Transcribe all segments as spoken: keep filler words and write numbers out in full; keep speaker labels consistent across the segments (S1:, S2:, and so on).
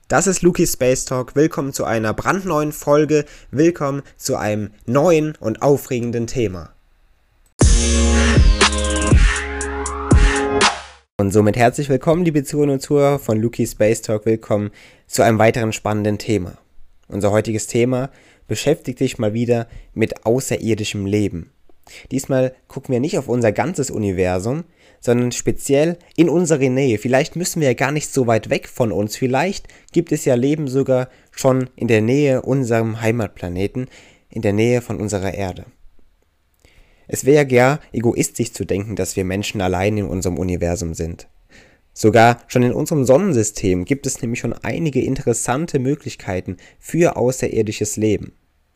S1: Das ist Luki Space Talk. Willkommen zu einer brandneuen Folge. Willkommen zu einem neuen und aufregenden Thema. Und somit herzlich willkommen, liebe Zuhörer und Zuhörer von Luki Space Talk. Willkommen zu einem weiteren spannenden Thema. Unser heutiges Thema beschäftigt sich mal wieder mit außerirdischem Leben. Diesmal gucken wir nicht auf unser ganzes Universum, sondern speziell in unsere Nähe. Vielleicht müssen wir ja gar nicht so weit weg von uns. Vielleicht gibt es ja Leben sogar schon in der Nähe unserem Heimatplaneten, in der Nähe von unserer Erde. Es wäre ja egoistisch zu denken, dass wir Menschen allein in unserem Universum sind. Sogar schon in unserem Sonnensystem gibt es nämlich schon einige interessante Möglichkeiten für außerirdisches Leben.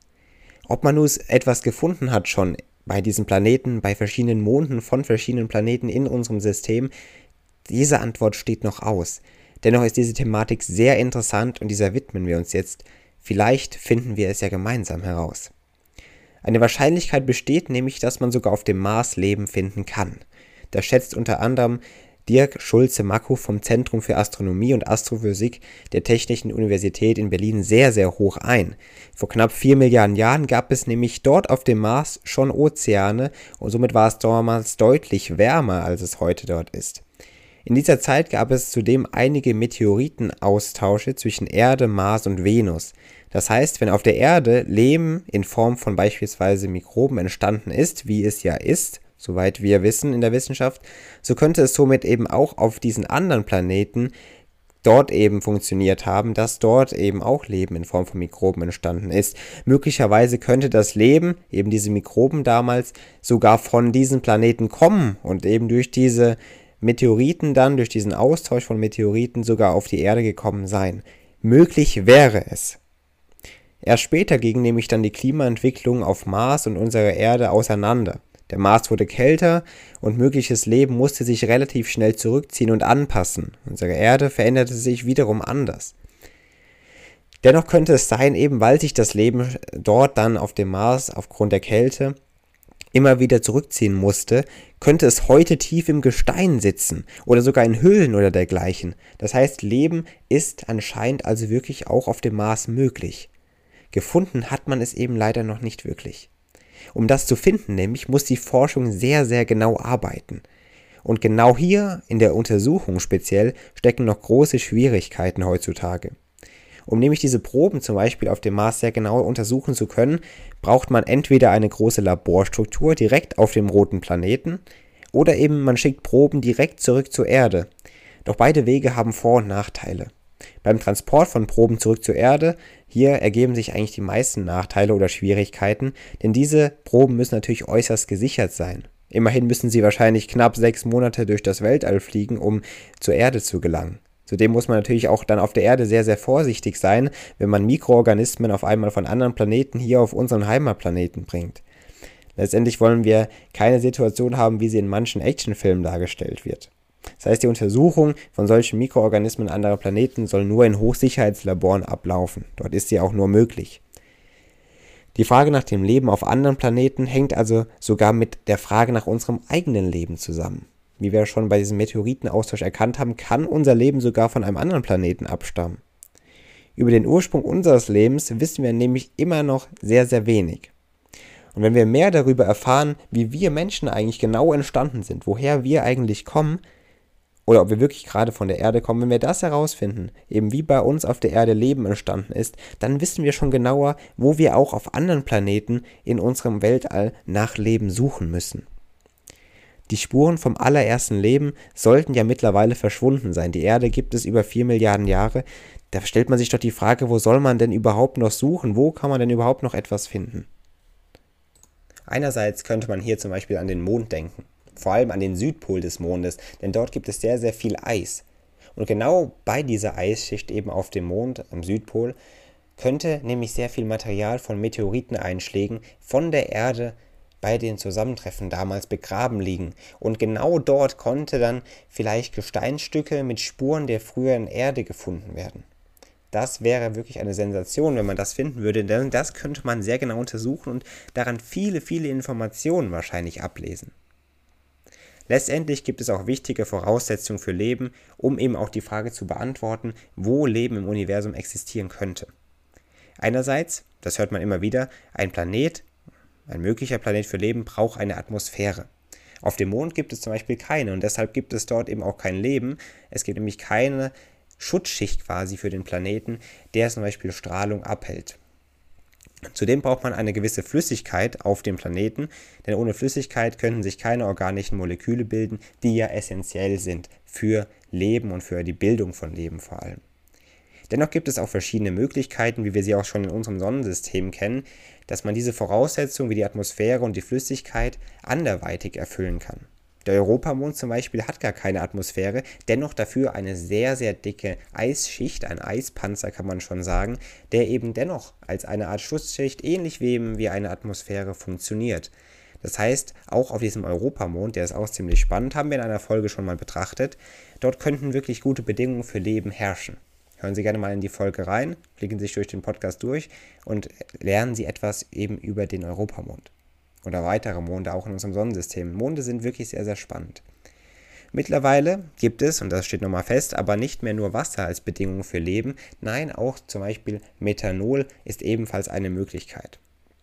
S1: Ob man nun etwas gefunden hat schon bei diesen Planeten, bei verschiedenen Monden von verschiedenen Planeten in unserem System, diese Antwort steht noch aus. Dennoch ist diese Thematik sehr interessant und dieser widmen wir uns jetzt. Vielleicht finden wir es ja gemeinsam heraus. Eine Wahrscheinlichkeit besteht nämlich, dass man sogar auf dem Mars Leben finden kann. Das schätzt unter anderem Dirk Schulze-Mackow vom Zentrum für Astronomie und Astrophysik der Technischen Universität in Berlin sehr, sehr hoch ein. Vor knapp vier Milliarden Jahren gab es nämlich dort auf dem Mars schon Ozeane und somit war es damals deutlich wärmer, als es heute dort ist. In dieser Zeit gab es zudem einige Meteoritenaustausche zwischen Erde, Mars und Venus. Das heißt, wenn auf der Erde Leben in Form von beispielsweise Mikroben entstanden ist, wie es ja ist, soweit wir wissen in der Wissenschaft, so könnte es somit eben auch auf diesen anderen Planeten dort eben funktioniert haben, dass dort eben auch Leben in Form von Mikroben entstanden ist. Möglicherweise könnte das Leben, eben diese Mikroben damals, sogar von diesen Planeten kommen und eben durch diese Meteoriten dann, durch diesen Austausch von Meteoriten sogar auf die Erde gekommen sein. Möglich wäre es. Erst später ging nämlich dann die Klimaentwicklung auf Mars und unserer Erde auseinander. Der Mars wurde kälter und mögliches Leben musste sich relativ schnell zurückziehen und anpassen. Unsere Erde veränderte sich wiederum anders. Dennoch könnte es sein, eben weil sich das Leben dort dann auf dem Mars aufgrund der Kälte immer wieder zurückziehen musste, könnte es heute tief im Gestein sitzen oder sogar in Höhlen oder dergleichen. Das heißt, Leben ist anscheinend also wirklich auch auf dem Mars möglich. Gefunden hat man es eben leider noch nicht wirklich. Um das zu finden nämlich, muss die Forschung sehr, sehr genau arbeiten. Und genau hier, in der Untersuchung speziell, stecken noch große Schwierigkeiten heutzutage. Um nämlich diese Proben zum Beispiel auf dem Mars sehr genau untersuchen zu können, braucht man entweder eine große Laborstruktur direkt auf dem roten Planeten oder eben man schickt Proben direkt zurück zur Erde. Doch beide Wege haben Vor- und Nachteile. Beim Transport von Proben zurück zur Erde, hier ergeben sich eigentlich die meisten Nachteile oder Schwierigkeiten, denn diese Proben müssen natürlich äußerst gesichert sein. Immerhin müssen sie wahrscheinlich knapp sechs Monate durch das Weltall fliegen, um zur Erde zu gelangen. Zudem muss man natürlich auch dann auf der Erde sehr, sehr vorsichtig sein, wenn man Mikroorganismen auf einmal von anderen Planeten hier auf unseren Heimatplaneten bringt. Letztendlich wollen wir keine Situation haben, wie sie in manchen Actionfilmen dargestellt wird. Das heißt, die Untersuchung von solchen Mikroorganismen anderer Planeten soll nur in Hochsicherheitslaboren ablaufen. Dort ist sie auch nur möglich. Die Frage nach dem Leben auf anderen Planeten hängt also sogar mit der Frage nach unserem eigenen Leben zusammen. Wie wir schon bei diesem Meteoritenaustausch erkannt haben, kann unser Leben sogar von einem anderen Planeten abstammen. Über den Ursprung unseres Lebens wissen wir nämlich immer noch sehr, sehr wenig. Und wenn wir mehr darüber erfahren, wie wir Menschen eigentlich genau entstanden sind, woher wir eigentlich kommen, oder ob wir wirklich gerade von der Erde kommen, wenn wir das herausfinden, eben wie bei uns auf der Erde Leben entstanden ist, dann wissen wir schon genauer, wo wir auch auf anderen Planeten in unserem Weltall nach Leben suchen müssen. Die Spuren vom allerersten Leben sollten ja mittlerweile verschwunden sein. Die Erde gibt es über vier Milliarden Jahre. Da stellt man sich doch die Frage, wo soll man denn überhaupt noch suchen? Wo kann man denn überhaupt noch etwas finden? Einerseits könnte man hier zum Beispiel an den Mond denken. Vor allem an den Südpol des Mondes, denn dort gibt es sehr, sehr viel Eis. Und genau bei dieser Eisschicht eben auf dem Mond, am Südpol, könnte nämlich sehr viel Material von Meteoriteneinschlägen von der Erde bei den Zusammentreffen damals begraben liegen. Und genau dort konnte dann vielleicht Gesteinsstücke mit Spuren der früheren Erde gefunden werden. Das wäre wirklich eine Sensation, wenn man das finden würde, denn das könnte man sehr genau untersuchen und daran viele, viele Informationen wahrscheinlich ablesen. Letztendlich gibt es auch wichtige Voraussetzungen für Leben, um eben auch die Frage zu beantworten, wo Leben im Universum existieren könnte. Einerseits, das hört man immer wieder, ein Planet, ein möglicher Planet für Leben braucht eine Atmosphäre. Auf dem Mond gibt es zum Beispiel keine und deshalb gibt es dort eben auch kein Leben. Es gibt nämlich keine Schutzschicht quasi für den Planeten, der zum Beispiel Strahlung abhält. Zudem braucht man eine gewisse Flüssigkeit auf dem Planeten, denn ohne Flüssigkeit könnten sich keine organischen Moleküle bilden, die ja essentiell sind für Leben und für die Bildung von Leben vor allem. Dennoch gibt es auch verschiedene Möglichkeiten, wie wir sie auch schon in unserem Sonnensystem kennen, dass man diese Voraussetzungen wie die Atmosphäre und die Flüssigkeit anderweitig erfüllen kann. Der Europamond zum Beispiel hat gar keine Atmosphäre, dennoch dafür eine sehr, sehr dicke Eisschicht, ein Eispanzer kann man schon sagen, der eben dennoch als eine Art Schutzschicht ähnlich wie eben wie eine Atmosphäre funktioniert. Das heißt, auch auf diesem Europamond, der ist auch ziemlich spannend, haben wir in einer Folge schon mal betrachtet, dort könnten wirklich gute Bedingungen für Leben herrschen. Hören Sie gerne mal in die Folge rein, klicken Sie sich durch den Podcast durch und lernen Sie etwas eben über den Europamond. Oder weitere Monde auch in unserem Sonnensystem. Monde sind wirklich sehr, sehr spannend. Mittlerweile gibt es, und das steht nochmal fest, aber nicht mehr nur Wasser als Bedingung für Leben. Nein, auch zum Beispiel Methanol ist ebenfalls eine Möglichkeit.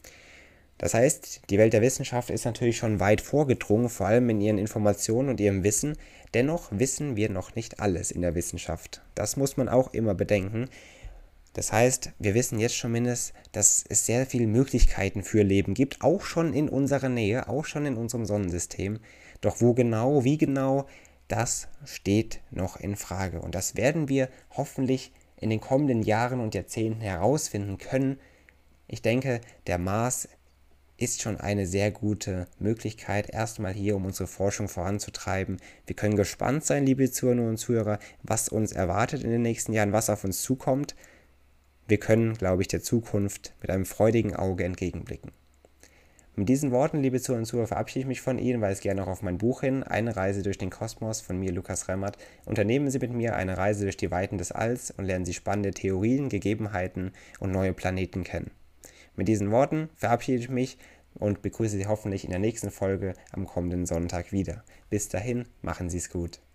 S1: Das heißt, die Welt der Wissenschaft ist natürlich schon weit vorgedrungen, vor allem in ihren Informationen und ihrem Wissen. Dennoch wissen wir noch nicht alles in der Wissenschaft. Das muss man auch immer bedenken. Das heißt, wir wissen jetzt schon mindestens, dass es sehr viele Möglichkeiten für Leben gibt, auch schon in unserer Nähe, auch schon in unserem Sonnensystem. Doch wo genau, wie genau, das steht noch in Frage. Und das werden wir hoffentlich in den kommenden Jahren und Jahrzehnten herausfinden können. Ich denke, der Mars ist schon eine sehr gute Möglichkeit, erstmal hier, um unsere Forschung voranzutreiben. Wir können gespannt sein, liebe Zuhörerinnen und Zuhörer, was uns erwartet in den nächsten Jahren, was auf uns zukommt. Wir können, glaube ich, der Zukunft mit einem freudigen Auge entgegenblicken. Mit diesen Worten, liebe Zuhörer und Zuhörer, verabschiede ich mich von Ihnen, weise gerne auch auf mein Buch hin, Eine Reise durch den Kosmos von mir, Lukas Remmert. Unternehmen Sie mit mir eine Reise durch die Weiten des Alls und lernen Sie spannende Theorien, Gegebenheiten und neue Planeten kennen. Mit diesen Worten verabschiede ich mich und begrüße Sie hoffentlich in der nächsten Folge am kommenden Sonntag wieder. Bis dahin, machen Sie es gut.